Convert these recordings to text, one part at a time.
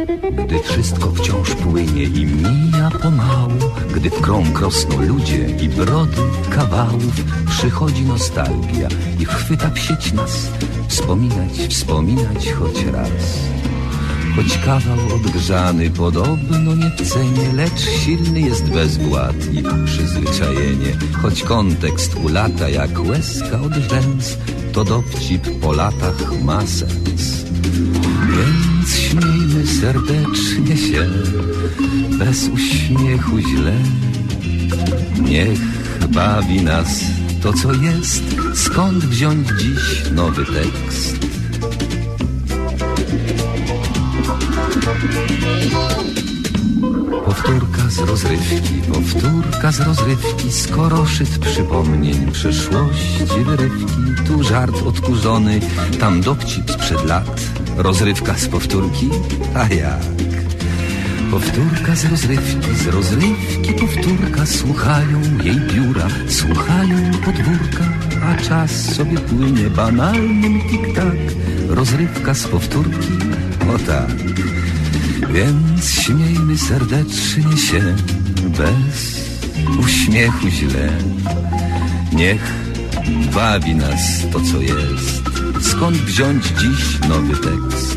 Gdy wszystko wciąż płynie i mija pomału, gdy w krąg rosną ludzie i brody kawałów, przychodzi nostalgia i chwyta w sieć nas. Wspominać choć raz. Choć kawał odgrzany podobno nie w cenie, lecz silny jest bezwład i przyzwyczajenie. Choć kontekst ulata jak łezka od rzęs, to dowcip po latach ma sens. Więc śmiejmy serdecznie się, bez uśmiechu źle. Niech bawi nas to, co jest. Skąd wziąć dziś nowy tekst? Powtórka z rozrywki, skoro szyt przypomnień przeszłości wyrywki. Tu żart odkurzony, tam dowcip sprzed lat. Rozrywka z powtórki, a jak? Powtórka z rozrywki powtórka. Słuchają jej biura, słuchają podwórka, a czas sobie płynie banalnym tik-tak. Rozrywka z powtórki, o tak. Więc śmiejmy serdecznie się, bez uśmiechu źle. Niech bawi nas to, co jest. Skąd wziąć dziś nowy tekst?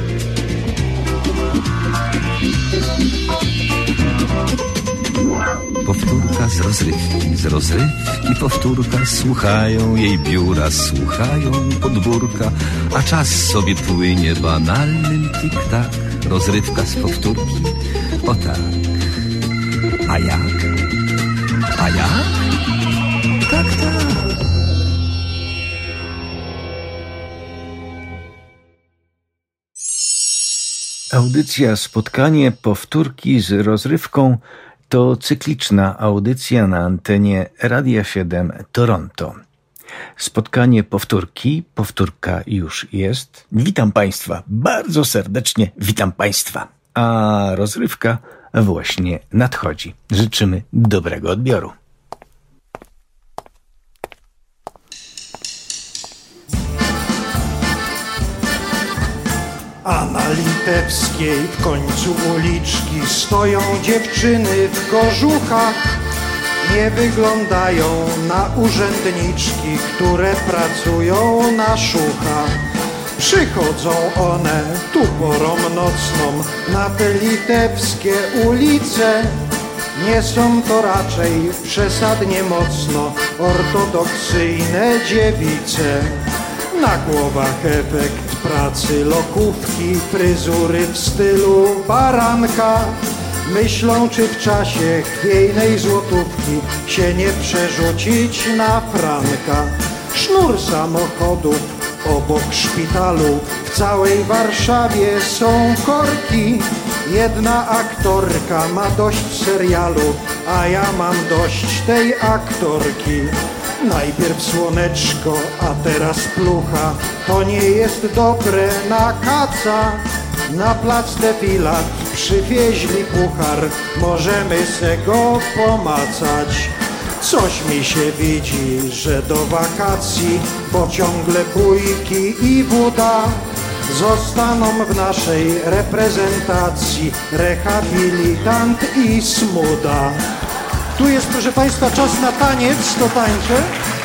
Powtórka z rozrywki powtórka. Słuchają jej biura, słuchają podwórka, a czas sobie płynie banalnym tik-tak. Rozrywka z powtórki, o tak. A jak? A jak? Tak, tak. Audycja Spotkanie powtórki z rozrywką to cykliczna audycja na antenie Radia 7 Toronto. Spotkanie powtórki, powtórka już jest. Witam Państwa, bardzo serdecznie witam Państwa. A rozrywka właśnie nadchodzi. Życzymy dobrego odbioru. A na Litewskiej w końcu uliczki stoją dziewczyny w kożuchach. Nie wyglądają na urzędniczki, które pracują na szuchach. Przychodzą one tu porą nocną na te litewskie ulice. Nie są to raczej przesadnie mocno ortodoksyjne dziewice. Na głowach efekt pracy lokówki, fryzury w stylu baranka. Myślą, czy w czasie chwiejnej złotówki się nie przerzucić na franka. Sznur samochodów obok szpitalu, w całej Warszawie są korki. Jedna aktorka ma dość serialu, a ja mam dość tej aktorki. Najpierw słoneczko, a teraz plucha, to nie jest dobre na kaca. Na plac Defilat przywieźli puchar, możemy se go pomacać. Coś mi się widzi, że do wakacji, bo ciągle bójki i woda zostaną w naszej reprezentacji rehabilitant i smuda. Tu jest, proszę Państwa, czas na taniec, to tańczę.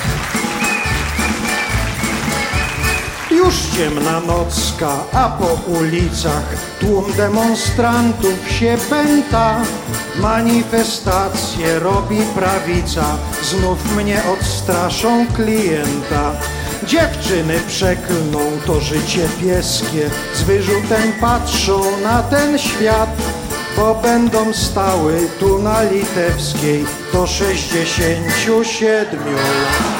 Już ciemna nocka, a po ulicach tłum demonstrantów się pęta. Manifestacje robi prawica, znów mnie odstraszą klienta. Dziewczyny przeklną to życie pieskie, z wyrzutem patrzą na ten świat, bo będą stały tu na Litewskiej do 67 lat.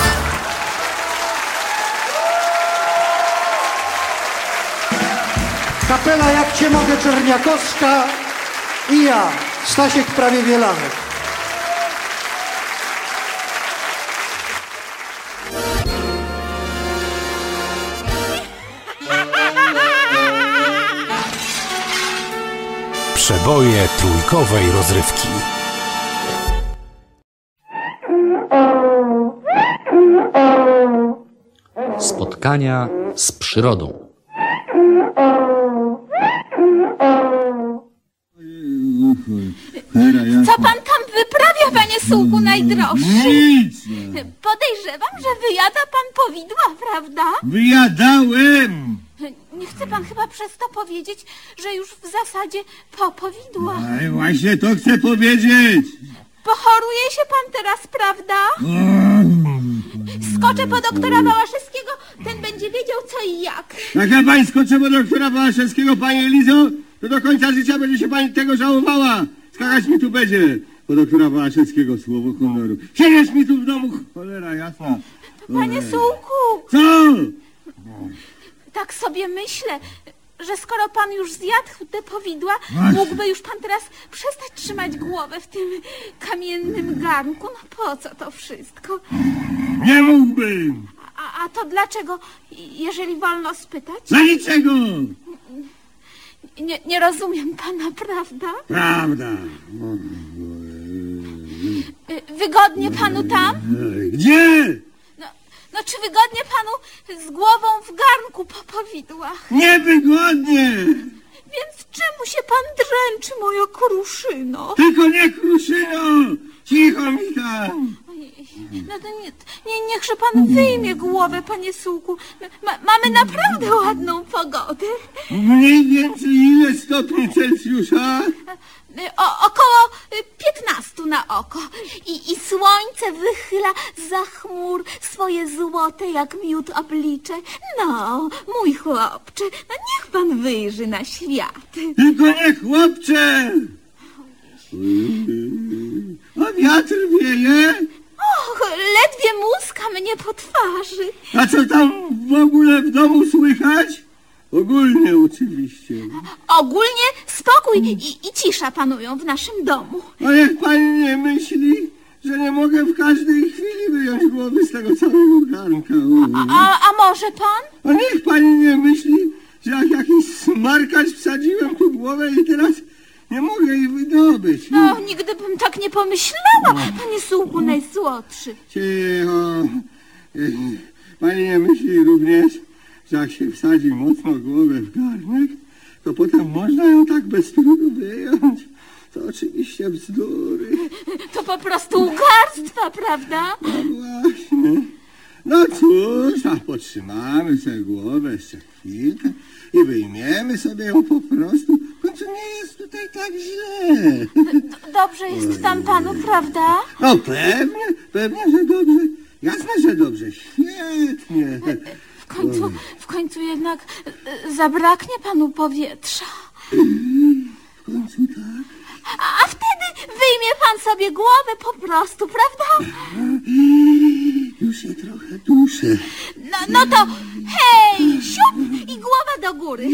Kapela Jak Cię mogę Czerniakowska i ja, Stasiek prawie Wielanek. Przeboje trójkowej rozrywki. Spotkania z przyrodą. Co pan tam wyprawia, panie Sułku najdroższy? Nic! Podejrzewam, że wyjada pan powidła, prawda? Wyjadałem! Nie chce pan chyba przez to powiedzieć, że już w zasadzie po powidła. Ale właśnie to chcę powiedzieć! Pochoruje się pan teraz, prawda? Skoczę po doktora Bałaszewskiego, ten będzie wiedział co i jak. Jak ja pani skoczę po doktora Bałaszewskiego, pani Elizo, to do końca życia będzie się pani tego żałowała. Skakać mi tu będzie po doktora Bałaszewskiego, słowo honoru. Siedzieć mi tu w domu, cholera jasna. Panie Sułku, Co? tak sobie myślę, że skoro pan już zjadł te powidła, Właśnie. mógłby już pan teraz przestać trzymać głowę w tym kamiennym garnku. No po co to wszystko? Nie mógłbym! A to dlaczego, jeżeli wolno spytać? Za niczego! Nie rozumiem pana, prawda? Prawda. Wygodnie panu tam? Gdzie? No czy wygodnie panu z głową w garnku po powidłach? Niewygodnie! Więc czemu się pan dręczy, moja kruszyno? Tylko nie kruszyno! Cicho mi tam! Ojej, no to niechże pan wyjmie głowę, panie Sułku. Mamy naprawdę ładną pogodę. Mniej więcej ile stopni Celsjusza? Około 15 na oko. I słońce wychyla za chmur swoje złote jak miód oblicze. No, mój chłopcze, no niech pan wyjrzy na świat. Tylko nie chłopcze! A wiatr wieje? Och, ledwie muska mnie po twarzy. A co tam w ogóle w domu słychać? Ogólnie oczywiście. Ogólnie spokój i cisza panują w naszym domu. A jak pani nie myśli, że nie mogę w każdej chwili wyjąć głowy z tego całego garnka? A może pan? A niech pani nie myśli, że jak jakiś smarkacz wsadziłem tu głowę i teraz nie mogę jej wydobyć. No, nigdy bym tak nie pomyślała, panie Sułku najsłodszy. Cicho. Pani nie myśli również, że jak się wsadzi mocno głowę w garnek, to potem można ją tak bez trudu wyjąć. To oczywiście bzdury. To po prostu ugarstwa, prawda? No właśnie. No cóż, a podtrzymamy sobie głowę jeszcze chwilkę i wyjmiemy sobie ją po prostu. W końcu nie jest tutaj tak źle. Dobrze jest tam panu, prawda? No pewnie, że dobrze. Jasne, że dobrze. Świetnie. W końcu jednak zabraknie panu powietrza. W końcu tak. A wtedy wyjmie pan sobie głowę po prostu, prawda? Już się trochę duszę. No to hej, siup i głowa do góry.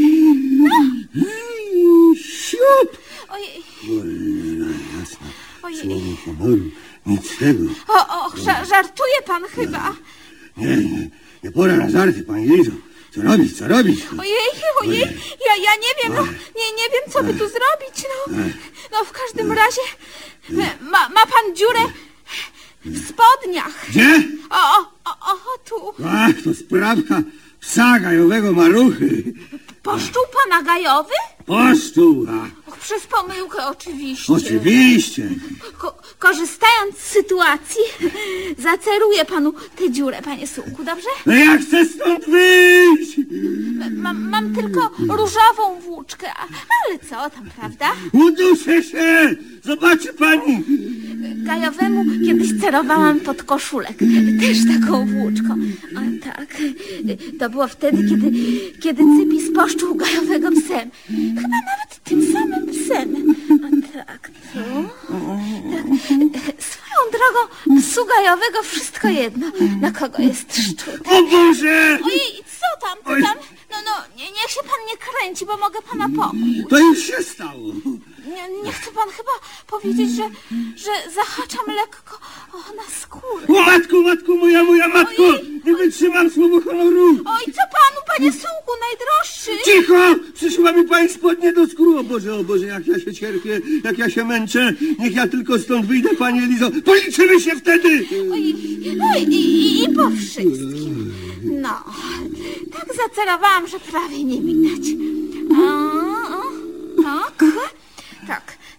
Siup! Ojej, Cholera jasna. ojej. Słowo honoru. Nic z tego. Och, żartuje pan chyba. Nie pora na żarty, pani Lizo. Co robić? Ojej, ja nie wiem, nie wiem, co by tu zrobić, no w każdym razie ma pan dziurę w spodniach. Gdzie? O, tu. Ach, to sprawka psa gajowego maluchy. Poszczuł pana gajowy? Poszczuł, Och, przez pomyłkę oczywiście. Oczywiście. Korzystając z sytuacji, zaceruję panu tę dziurę, panie Sułku, dobrze? No ja chcę stąd wyjść. Mam tylko różową włóczkę, ale co tam, prawda? Uduszę się. Zobaczy pani. Gajowemu kiedyś cerowałam pod koszulek, też taką włóczką. O tak, to było wtedy, kiedy Cypis poszczuł Gajowego psem. Chyba nawet tym samym psem. O tak, tu. Tak. Swoją drogą, psu Gajowego wszystko jedno, na kogo jest szczut. O Boże! Ojej, co tam, Oj. niech się pan nie kręci, bo mogę pana pomóc. To już się stało. Nie chce pan chyba powiedzieć, że zahaczam lekko na skórę. O matko, moja matko! Ojej. Nie wytrzymam słowo honoru. Oj, co panu, panie Sułku najdroższy? Cicho! Przyszła mi pani spodnie do skóru. O Boże, jak ja się cierpię, jak ja się męczę. Niech ja tylko stąd wyjdę, pani Elizo. Policzymy się wtedy. Oj, i po wszystkim. No, tak zacerowałam, że prawie nie widać. Tak, 4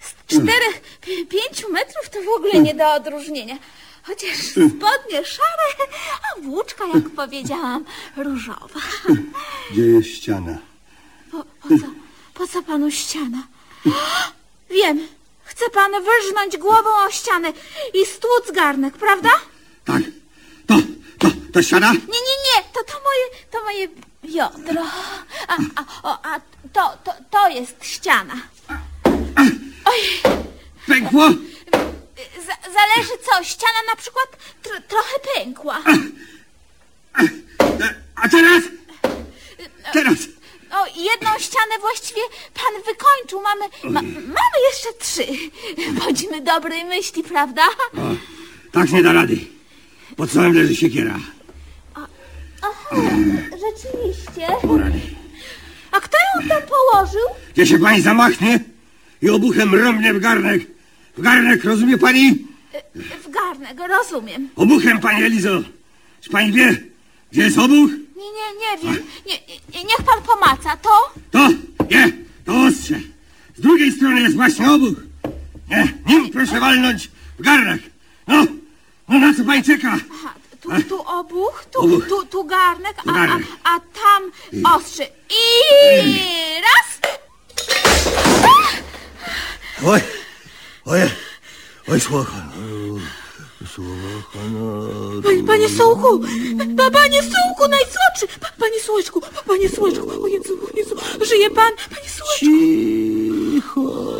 4-5 metrów to w ogóle nie do odróżnienia. Chociaż spodnie szare, a włóczka, jak powiedziałam, różowa. Gdzie jest ściana? Po co panu ściana? Wiem, chce pan wyrżnąć głową o ścianę i stłuc garnek, prawda? Tak. To ściana? Nie, to moje biodro. A to jest ściana. Oj. Pękło? Zależy co, ściana na przykład trochę pękła. A teraz? O, jedną ścianę właściwie pan wykończył. Mamy jeszcze 3. Bądźmy dobrej myśli, prawda? Tak nie da rady. Pod stołem leży siekiera. Aha, rzeczywiście. Porady. A kto ją tam położył? Gdzie się pani zamachnie i obuchem rąbnie w garnek. W garnek, rozumie pani? W garnek, rozumiem. Obuchem, pani Elizo. Czy pani wie, gdzie jest obuch? Nie wiem. Niech pan pomaca. To? To ostrze. Z drugiej strony jest właśnie obuch. Nim proszę walnąć w garnek. No na co pani czeka? Aha, tu obuch, Obuch. tu garnek, Garnek. a tam ostrze. I raz. Oj, słocha. Panie Sołku, panie Sołku, najsłodszy. Panie Słeczku, o Jezu, żyje pan, panie Słeczku. Cicho.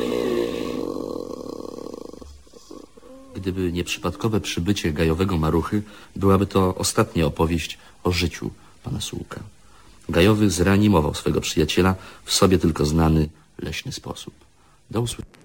Gdyby nie przypadkowe przybycie gajowego maruchy, byłaby to ostatnia opowieść o życiu pana Sułka. Gajowy zreanimował swego przyjaciela w sobie tylko znany leśny sposób. Do usłyszenia.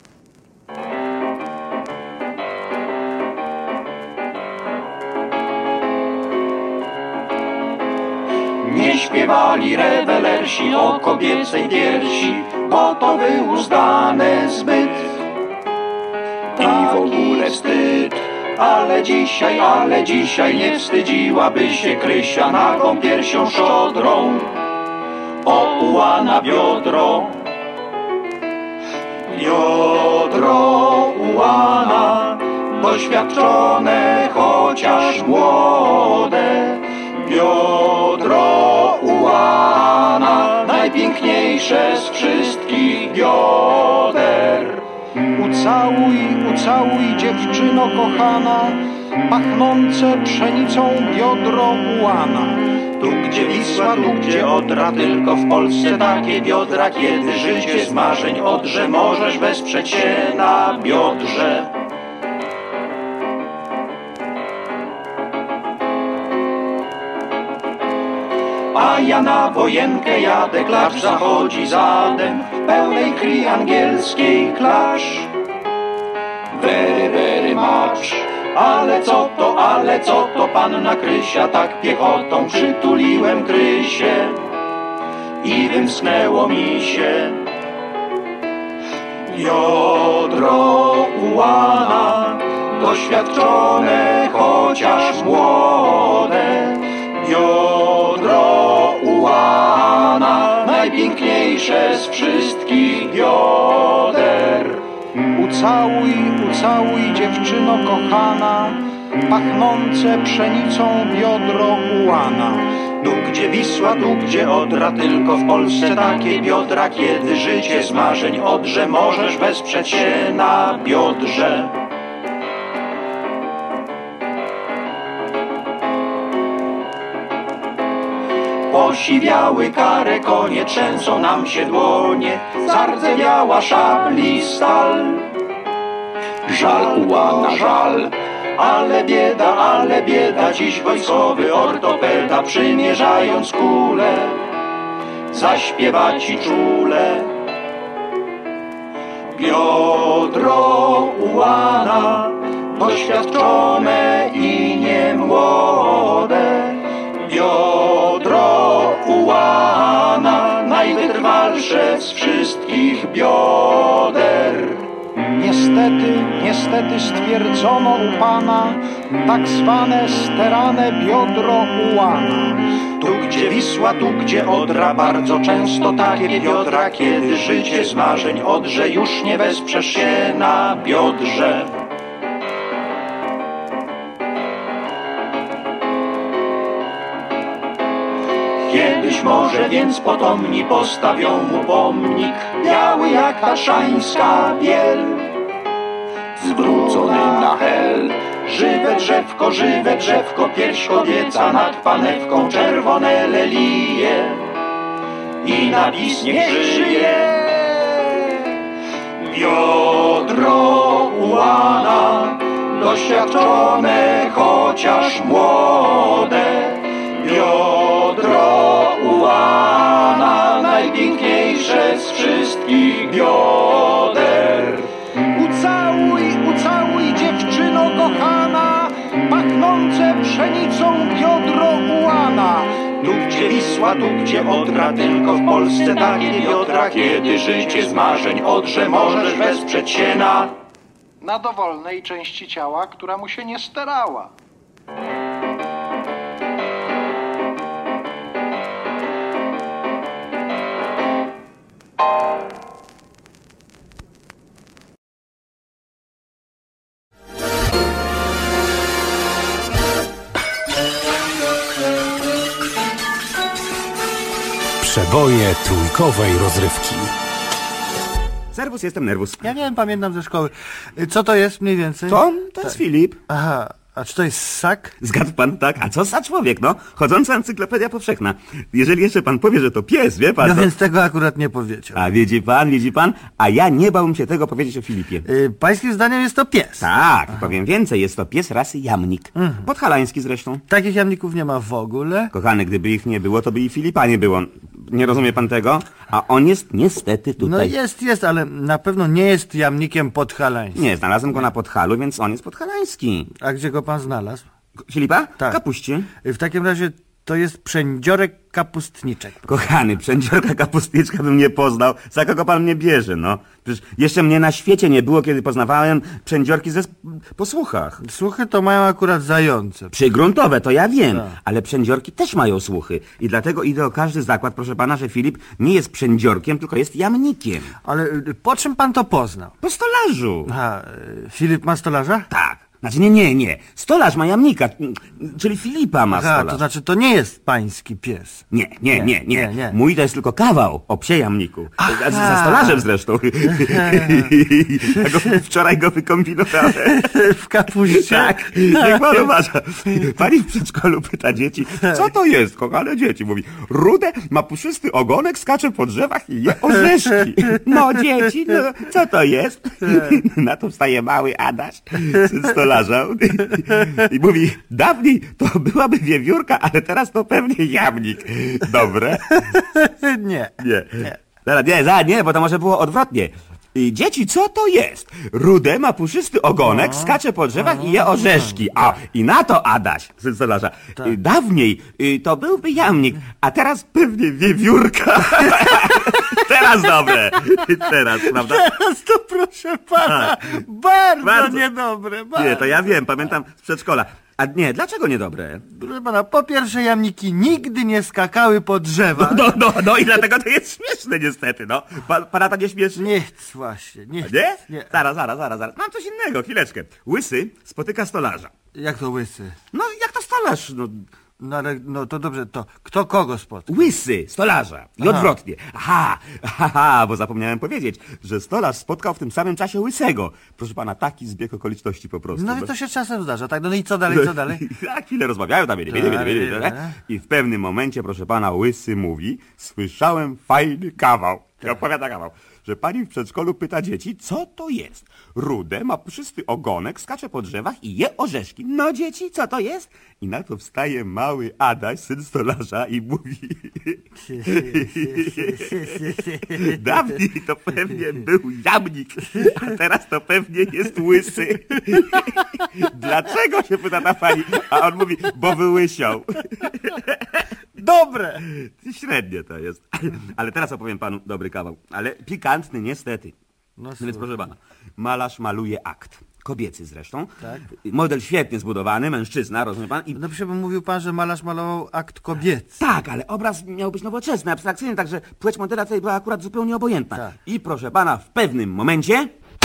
Nie śpiewali rewelersi o kobiecej piersi, bo to wyuzdane zbyt i w ogóle wstyd. Ale dzisiaj nie wstydziłaby się Krysia nagą piersią szodrą o ułana biodro. Biodro ułana, doświadczone chociaż młode. Biodro ułana, najpiękniejsze z wszystkich bioder. Ucałuj dziewczyno kochana, pachnące pszenicą biodro ułana. Tu gdzie Wisła, tu gdzie Odra, tylko w Polsce takie biodra, kiedy życie z marzeń odrze, możesz wesprzeć się na biodrze. A ja na wojenkę jadę, klacz zachodzi zadem, w pełnej krwi angielskiej klacz. Very much. Ale co to, panna Krysia, tak piechotą przytuliłem Krysię i wymsknęło mi się. Biodro ułana, doświadczone chociaż młode. Biodro ułana, najpiękniejsze z wszystkich bioder. Ucałuj dziewczyno kochana, pachnące pszenicą biodro ułana. Tu gdzie Wisła, tu gdzie Odra, tylko w Polsce takie biodra, kiedy życie z marzeń odrze, możesz wesprzeć się na biodrze. Posiwiały kare konie, trzęsą nam się dłonie, zardzewiała szabli stal. Żal ułana, żal, ale bieda, dziś wojskowy ortopeda, przymierzając kulę, zaśpiewa ci czule. Biodro ułana, doświadczone i niemłode. Biodro ułana, najwytrwalsze z wszystkich bioder. Niestety stwierdzono u pana tak zwane sterane biodro ułana. Tu gdzie gdzie Wisła, tu gdzie Odra, bardzo często takie biodra, kiedy życie z marzeń odrze, już nie wesprzesz się na biodrze. Kiedyś może więc potomni postawią mu pomnik, biały jak taszańska biel, zwrócony na hel. Żywe drzewko, pierś kobieca nad panewką, czerwone lelie i napis niech żyje. Biodro ułana, doświadczone chociaż młode, biodro ułana, najpiękniejsze z wszystkich bioder. Ucałuj dziewczyno kochana, pachnące pszenicą biodro ułana. Tu gdzie Wisła, tu gdzie Odra, tylko w Polsce takie biodra, kiedy życie z marzeń odrze, możesz wesprzeć się na dowolnej części ciała, która mu się nie starała. Przeboje trójkowej rozrywki. Serwus, jestem Nerwus. Ja wiem, pamiętam ze szkoły. Co to jest mniej więcej? To jest Filip. Aha, a czy to jest ssak? Zgadł pan, tak? A co za człowiek, no? Chodząca encyklopedia powszechna. Jeżeli jeszcze pan powie, że to pies, wie pan? No to... więc tego akurat nie powiedział. A widzi pan? A ja nie bałbym się tego powiedzieć o Filipie. Pańskim zdaniem jest to pies. Tak, powiem więcej, jest to pies rasy jamnik. Podhalański zresztą. Takich jamników nie ma w ogóle. Kochany, gdyby ich nie było, to by i Filipa nie było. Nie rozumie pan tego? A on jest niestety tutaj. No jest, ale na pewno nie jest jamnikiem podhalańskim. Nie, znalazłem go na Podhalu, więc on jest podhalański. A gdzie go pan znalazł? Filipa? Tak. Kapuście. W takim razie to jest przędziorek kapustniczek. Kochany, przędziorka kapustniczka bym nie poznał. Za kogo pan mnie bierze, no? Przecież jeszcze mnie na świecie nie było, kiedy poznawałem przędziorki po słuchach. Słuchy to mają akurat zające. Przygruntowe, to ja wiem, Tak. ale przędziorki też mają słuchy. I dlatego idę o każdy zakład, proszę pana, że Filip nie jest przędziorkiem, tylko jest jamnikiem. Ale po czym pan to poznał? Po stolarzu. Aha, Filip ma stolarza? Tak. Znaczy nie. Stolarz ma jamnika, czyli Filipa ma stolarz. To znaczy to nie jest pański pies. Nie. Mój to jest tylko kawał o psie jamniku. Za stolarzem zresztą. Wczoraj go wykombinowałem. W kapuście? Tak. Niech pan uważa. Pani w przedszkolu pyta dzieci, co to jest, kochane dzieci? Mówi, rude, ma puszysty ogonek, skacze po drzewach i je orzeszki. No dzieci, no co to jest? Na to wstaje mały Adaś, syn stolarza. I mówi, dawniej to byłaby wiewiórka, ale teraz to pewnie jamnik. Dobre? Nie. Nie, bo to może było odwrotnie. Dzieci, co to jest? Rude, ma puszysty ogonek, skacze po drzewach i je orzeszki. I na to Adaś, syn stolarza. Dawniej to byłby jamnik, a teraz pewnie wiewiórka. Teraz dobre. Teraz, prawda? Teraz to proszę pana, bardzo niedobre. Nie, to ja wiem, pamiętam z przedszkola. A nie, dlaczego niedobre? Proszę pana, po pierwsze jamniki nigdy nie skakały po drzewach. No i dlatego to jest śmieszne niestety, no. Pana to nie śmieszy? Nie chcę właśnie, nie chcę. Nie? Zaraz. Mam coś innego, chwileczkę. Łysy spotyka stolarza. Jak to łysy? No, jak to stolarz, no. No ale, no to dobrze, to kto kogo spotka? Łysy, stolarza. I odwrotnie. Aha, bo zapomniałem powiedzieć, że stolarz spotkał w tym samym czasie łysego. Proszę pana, taki zbieg okoliczności po prostu. No i to się czasem zdarza, tak? No i co dalej? Tak, chwilę rozmawiają tam, i w pewnym momencie, proszę pana, łysy mówi, słyszałem fajny kawał. I opowiada kawał, że pani w przedszkolu pyta dzieci, co to jest? Rude, ma puszysty ogonek, skacze po drzewach i je orzeszki. No dzieci, co to jest? I na to wstaje mały Adaś, syn stolarza i mówi... Dawniej to pewnie był jamnik, a teraz to pewnie jest łysy. Dlaczego, się pyta ta pani? A on mówi, bo wyłysiał. Dobre! Średnie to jest. Ale teraz opowiem panu dobry kawał. Ale pikantny niestety. No więc proszę pana, malarz maluje akt. Kobiecy zresztą. Tak. Model świetnie zbudowany, mężczyzna, rozumie pan? I... No przecież mówił pan, że malarz malował akt kobiecy. Tak, ale obraz miał być nowoczesny, abstrakcyjny, także płeć modela tutaj była akurat zupełnie obojętna. Tak. I proszę pana, w pewnym momencie...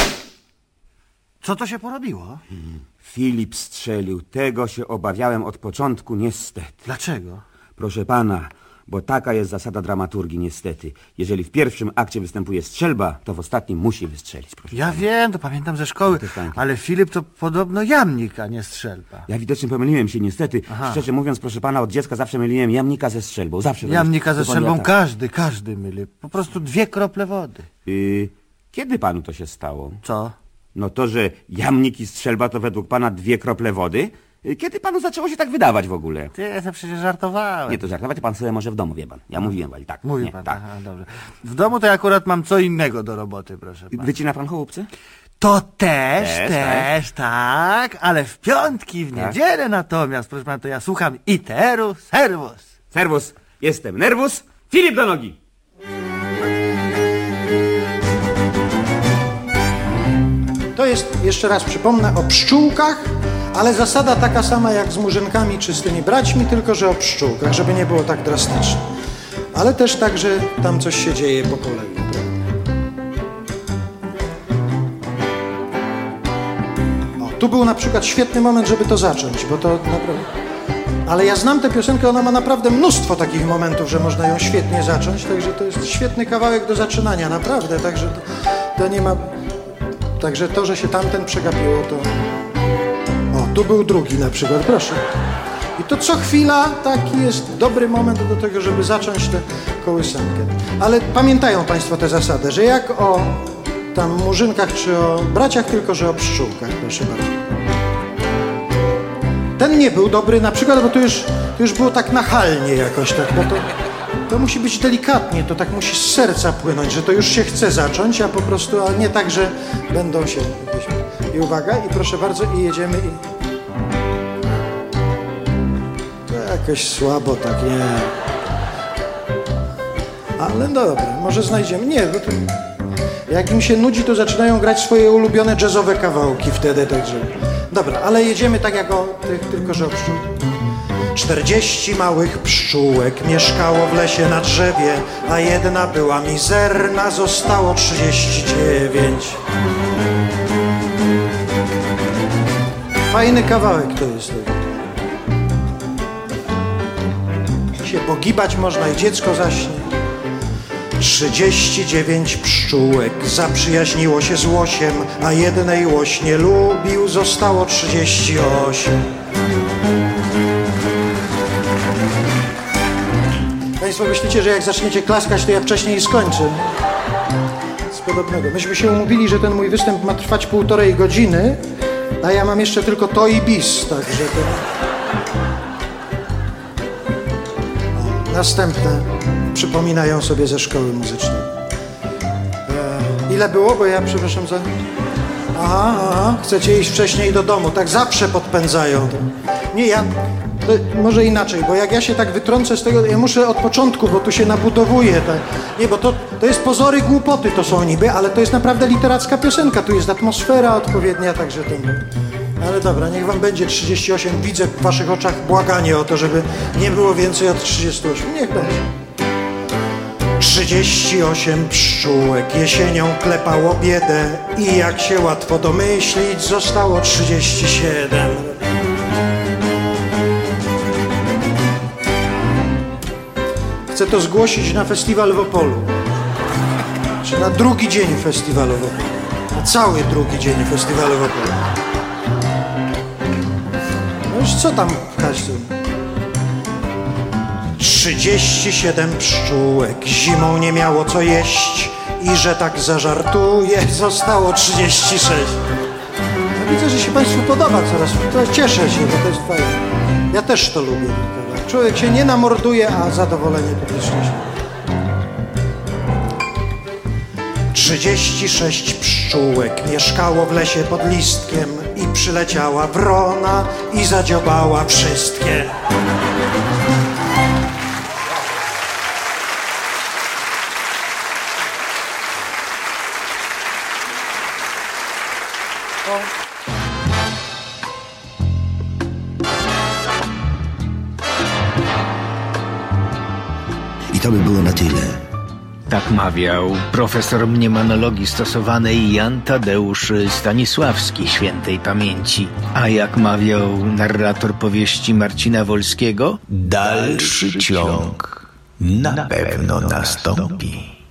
Co to się porobiło? Filip strzelił. Tego się obawiałem od początku, niestety. Dlaczego? Proszę pana, bo taka jest zasada dramaturgii, niestety. Jeżeli w pierwszym akcie występuje strzelba, to w ostatnim musi wystrzelić, proszę Ja pana. wiem, to pamiętam ze szkoły, ale Filip to podobno jamnik, a nie strzelba. Ja widocznie pomyliłem się, niestety. Aha. Szczerze mówiąc, proszę pana, od dziecka zawsze myliłem jamnika ze strzelbą. Zawsze. Jamnika ze strzelbą tak. każdy myli. Po prostu 2 krople wody. Kiedy panu to się stało? Co? No to, że jamnik i strzelba to według pana 2 krople wody? Kiedy panu zaczęło się tak wydawać w ogóle? Ty, to przecież żartowałem. Nie, to żartować pan sobie może w domu, wie pan. Ja mówiłem, ale tak. Mówi nie, pan, tak. aha, dobrze. W domu to ja akurat mam co innego do roboty, proszę pana. Wycina pan chołupce? To też, tak, ale w piątki, w Tak. niedzielę natomiast, proszę pana, to ja słucham iteru servus. Servus, jestem nervus. Filip do nogi! To jest, jeszcze raz przypomnę, o pszczółkach, ale zasada taka sama jak z Murzynkami czy z tymi braćmi, tylko że o pszczółkach, żeby nie było tak drastycznie. Ale też tak, że tam coś się dzieje po kolei. O, tu był na przykład świetny moment, żeby to zacząć, bo to naprawdę... Ale ja znam tę piosenkę, ona ma naprawdę mnóstwo takich momentów, że można ją świetnie zacząć, także to jest świetny kawałek do zaczynania, naprawdę, także to nie ma... Także to, że się tamten przegapiło, to... O, tu był drugi na przykład, proszę. I to co chwila taki jest dobry moment do tego, żeby zacząć tę kołysankę. Ale pamiętają państwo tę zasadę, że jak o tam Murzynkach czy o braciach, tylko że o pszczółkach, proszę bardzo. Ten nie był dobry na przykład, bo to już było tak nachalnie jakoś tak, bo to musi być delikatnie, to tak musi z serca płynąć, że to już się chce zacząć, a po prostu, a nie tak, że będą się jakieś... I uwaga, i proszę bardzo, i jedziemy i... To jakoś słabo tak, nie. Ale dobra, może znajdziemy. Nie, bo to... Jak im się nudzi, to zaczynają grać swoje ulubione jazzowe kawałki wtedy, także... Dobra, ale jedziemy tak jak o tych, tylko że o pszczółkach. 40 małych pszczółek mieszkało w lesie na drzewie, a jedna była mizerna, zostało 39. Fajny kawałek to jest. Się pogibać można i dziecko zaśnie. 39 pszczółek zaprzyjaźniło się z łosiem, a jednej łoś nie lubił, zostało 38. Państwo myślicie, że jak zaczniecie klaskać, to ja wcześniej skończę. Z podobnego. Myśmy się umówili, że ten mój występ ma trwać 1,5 godziny, a ja mam jeszcze tylko to i bis, także to... Następne przypominają sobie ze szkoły muzycznej. Ile było? Bo ja, przepraszam za... Aha, chcecie iść wcześniej do domu. Tak zawsze podpędzają. Nie, ja... może inaczej, bo jak ja się tak wytrącę z tego, ja muszę od początku, bo tu się nabudowuje. Tak. Nie, bo to jest pozory głupoty, to są niby, ale to jest naprawdę literacka piosenka. Tu jest atmosfera odpowiednia, także to... Ale dobra, niech wam będzie 38. Widzę w waszych oczach błaganie o to, żeby nie było więcej od 38. Niech będzie. 38 pszczółek jesienią klepało biedę i jak się łatwo domyślić, zostało 37. Chcę to zgłosić na festiwal w Opolu. Czy na drugi dzień festiwalu w Opolu. Na cały drugi dzień festiwalu w Opolu. No już co tam każdy? 37 pszczółek zimą nie miało co jeść i że tak zażartuje, zostało 36. No widzę, że się państwu podoba coraz. To cieszę się, bo to jest fajne. Ja też to lubię. Człowiek się nie namorduje, a zadowolenie publicznie się. 36 pszczółek mieszkało w lesie pod listkiem i przyleciała wrona i zadziobała wszystkie. to by było na tyle. Tak mawiał profesor mnemonologii stosowanej Jan Tadeusz Stanisławski świętej pamięci. A jak mawiał narrator powieści Marcina Wolskiego, Dalszy ciąg na pewno nastąpi.